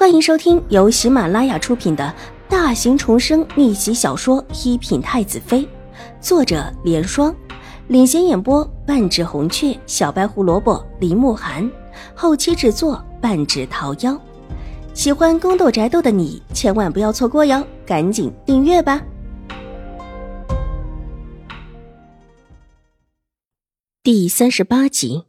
欢迎收听由喜马拉雅出品的大型重生逆袭小说《一品太子妃》，作者莲霜，领衔演播半指红雀、小白胡萝卜、林慕寒，后期制作半指桃夭。喜欢宫斗宅斗的你千万不要错过哟，赶紧订阅吧。第38集。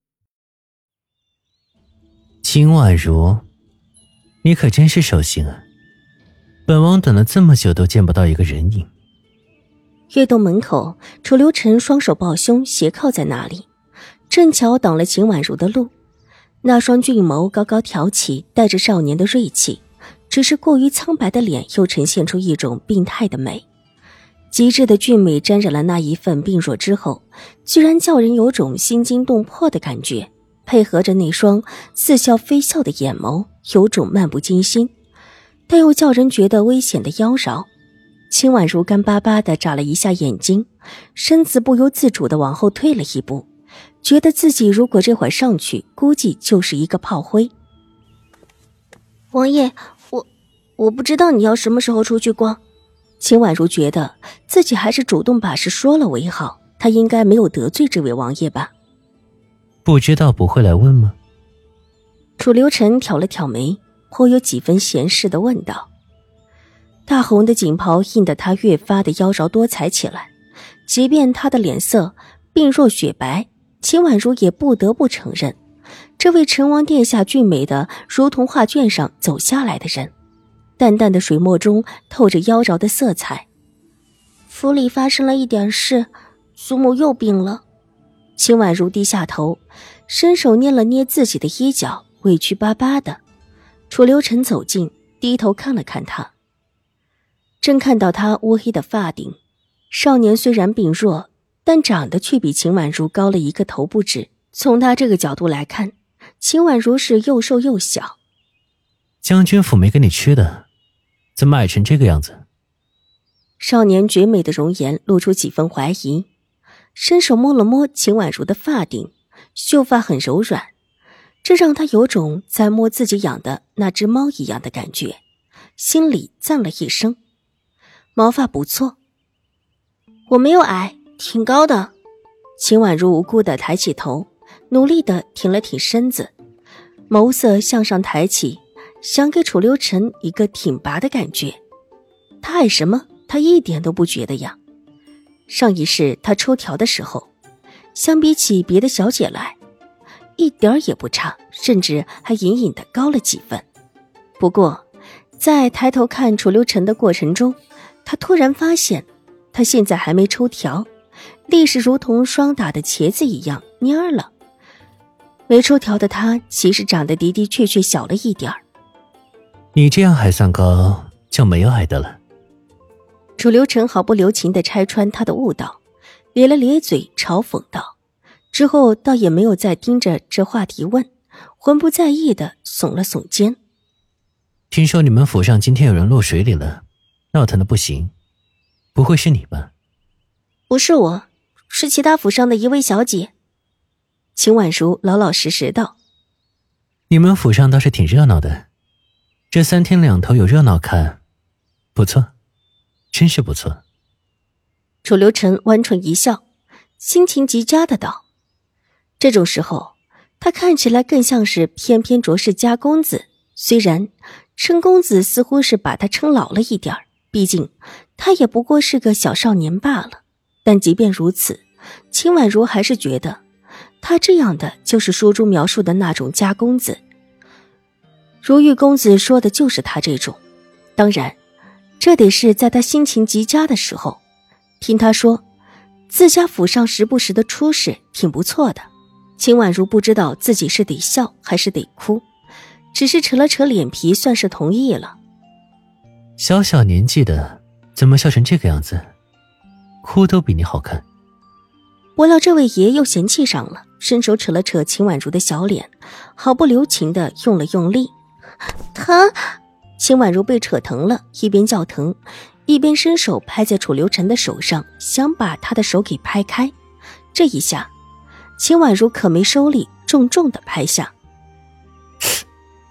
秦婉如，你可真是守信啊！本王等了这么久都见不到一个人影。 月洞门口，楚留臣双手抱胸斜靠在那里，正巧挡了秦婉如的路。那双俊眸高高挑起，带着少年的锐气，只是过于苍白的脸又呈现出一种病态的美。极致的俊美沾染了那一份病弱之后，居然叫人有种心惊动魄的感觉，配合着那双似笑非笑的眼眸，有种漫不经心但又叫人觉得危险的妖娆。秦婉如干巴巴地眨了一下眼睛，身子不由自主地往后退了一步，觉得自己如果这会儿上去，估计就是一个炮灰。王爷，我不知道你要什么时候出去逛。秦婉如觉得自己还是主动把事说了为好，她应该没有得罪这位王爷吧？ 不知道不会来问吗？ 楚留臣挑了挑眉，颇有几分闲适地问道。大红的锦袍映得他越发的妖娆多彩起来，即便他的脸色病若雪白，秦婉如也不得不承认，这位陈王殿下俊美的如同画卷上走下来的人，淡淡的水墨中透着妖娆的色彩。府里发生了一点事，祖母又病了。秦婉如低下头，伸手捏了捏自己的衣角，委屈巴巴的。楚留臣走近，低头看了看他，正看到他乌黑的发顶。少年虽然病弱，但长得却比秦婉如高了一个头不止。从他这个角度来看，秦婉如是又瘦又小。 将军府没给你吃的，怎么矮成这个样子？ 少年绝美的容颜露出几分怀疑，伸手摸了摸秦婉如的发顶，秀发很柔软，这让他有种在摸自己养的那只猫一样的感觉，心里赞了一声。毛发不错。我没有矮，挺高的。秦婉如无辜地抬起头，努力地挺了挺身子，眸色向上抬起，想给楚留臣一个挺拔的感觉。他矮什么？他一点都不觉得呀。上一世他抽条的时候，相比起别的小姐来，一点也不差，甚至还隐隐地高了几分。不过，在抬头看楚留臣的过程中，他突然发现，他现在还没抽条，力是如同霜打的茄子一样蔫了。没抽条的他，其实长得的的确确小了一点儿。 你这样还算高，就没有矮的了。 楚留臣毫不留情地拆穿他的误导，咧了咧嘴嘲讽道，之后倒也没有再盯着这话题问，浑不在意地耸了耸肩。 听说你们府上今天有人落水里了，闹腾的不行，不会是你吧？ 不是我，是其他府上的一位小姐。秦婉如老老实实道。 你们府上倒是挺热闹的，这3天2头有热闹看，不错，真是不错。 楚留臣弯唇一笑，心情极佳的道。这种时候，他看起来更像是翩翩卓氏家公子，虽然称公子似乎是把他称老了一点，毕竟他也不过是个小少年罢了。但即便如此，秦婉如还是觉得他这样的就是书中描述的那种家公子。如玉公子说的就是他这种，当然这得是在他心情极佳的时候。听他说自家府上时不时的出事挺不错的，秦婉如不知道自己是得笑还是得哭，只是扯了扯脸皮算是同意了。 小小年纪的怎么笑成这个样子，哭都比你好看。 不料这位爷又嫌弃上了，伸手扯了扯秦婉如的小脸，毫不留情地用了用力。疼！秦婉如被扯疼了，一边叫疼，一边伸手拍在楚留臣的手上，想把他的手给拍开。这一下，秦婉如可没收力，重重地拍下。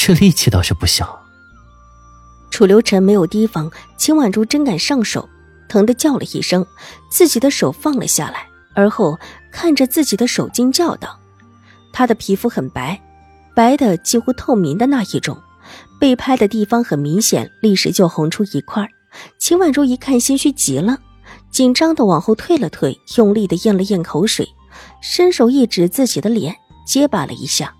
这力气倒是不小。 楚留臣没有提防秦婉如真敢上手，疼得叫了一声，自己的手放了下来，而后看着自己的手惊叫道：他的皮肤很白，白的几乎透明的那一种，被拍的地方很明显，立时就红出一块。秦婉如一看心虚极了，紧张的往后退了退，用力的咽了咽口水，伸手一指自己的脸，结巴了一下：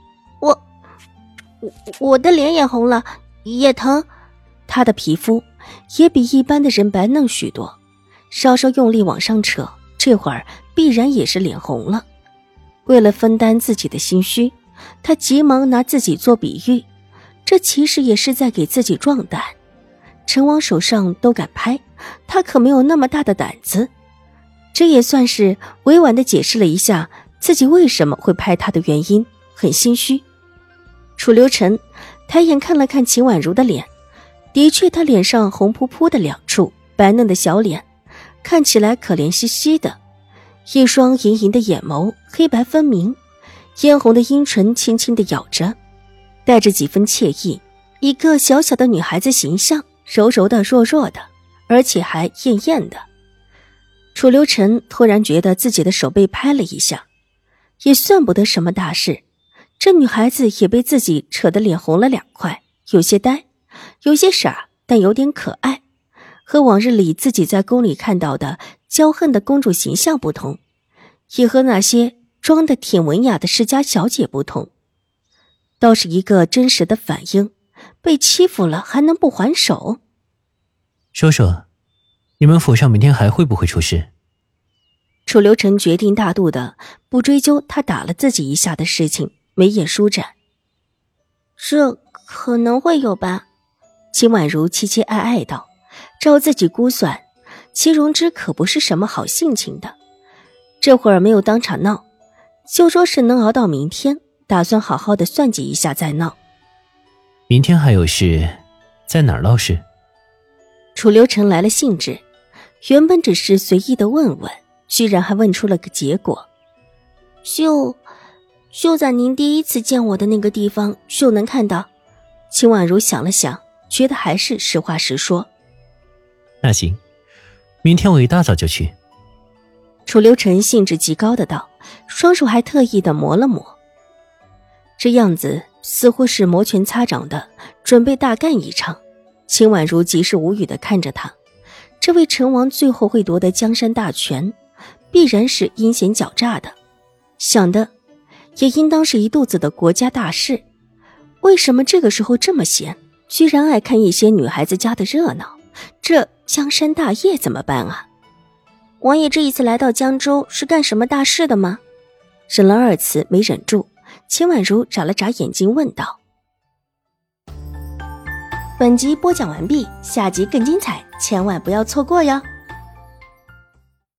我的脸也红了，也疼。他的皮肤也比一般的人白嫩许多，稍稍用力往上扯，这会儿必然也是脸红了。为了分担自己的心虚，他急忙拿自己做比喻，这其实也是在给自己壮胆。陈王手上都敢拍，他可没有那么大的胆子。这也算是委婉地解释了一下自己为什么会拍他的原因，很心虚。楚留臣抬眼看了看秦婉如的脸，的确她脸上红扑扑的两处，白嫩的小脸看起来可怜兮兮的，一双盈盈的眼眸黑白分明，嫣红的阴唇轻轻地咬着，带着几分惬意，一个小小的女孩子形象，柔柔的弱弱的，而且还艳艳的。楚留臣突然觉得自己的手被拍了一下，也算不得什么大事，这女孩子也被自己扯得脸红了2块，有些呆，有些傻，但有点可爱。和往日里自己在宫里看到的娇恨的公主形象不同，也和那些装得挺文雅的世家小姐不同，倒是一个真实的反应。被欺负了还能不还手？ 说说，你们府上明天还会不会出事？ 楚留臣决定大度的不追究他打了自己一下的事情，眉眼舒展。这可能会有吧。秦婉如凄凄哀哀道，照自己估算，齐荣之可不是什么好性情的，这会儿没有当场闹，就说是能熬到明天，打算好好的算计一下再闹。 明天还有事，在哪儿闹事？ 楚留臣来了兴致，原本只是随意的问问，居然还问出了个结果。就在您第一次见我的那个地方，就能看到。秦婉如想了想，觉得还是实话实说。 那行，明天我一大早就去。 楚留臣兴致极高的道，双手还特意的磨了磨，这样子似乎是摩拳擦掌的准备大干一场。秦婉如极是无语的看着他，这位陈王最后会夺得江山大权，必然是阴险狡诈的，想的也应当是一肚子的国家大事。为什么这个时候这么闲，居然爱看一些女孩子家的热闹？这江山大业怎么办啊？王爷这一次来到江州是干什么大事的吗？忍了2次没忍住，秦婉如眨了眨眼睛问道。本集播讲完毕，下集更精彩，千万不要错过哟。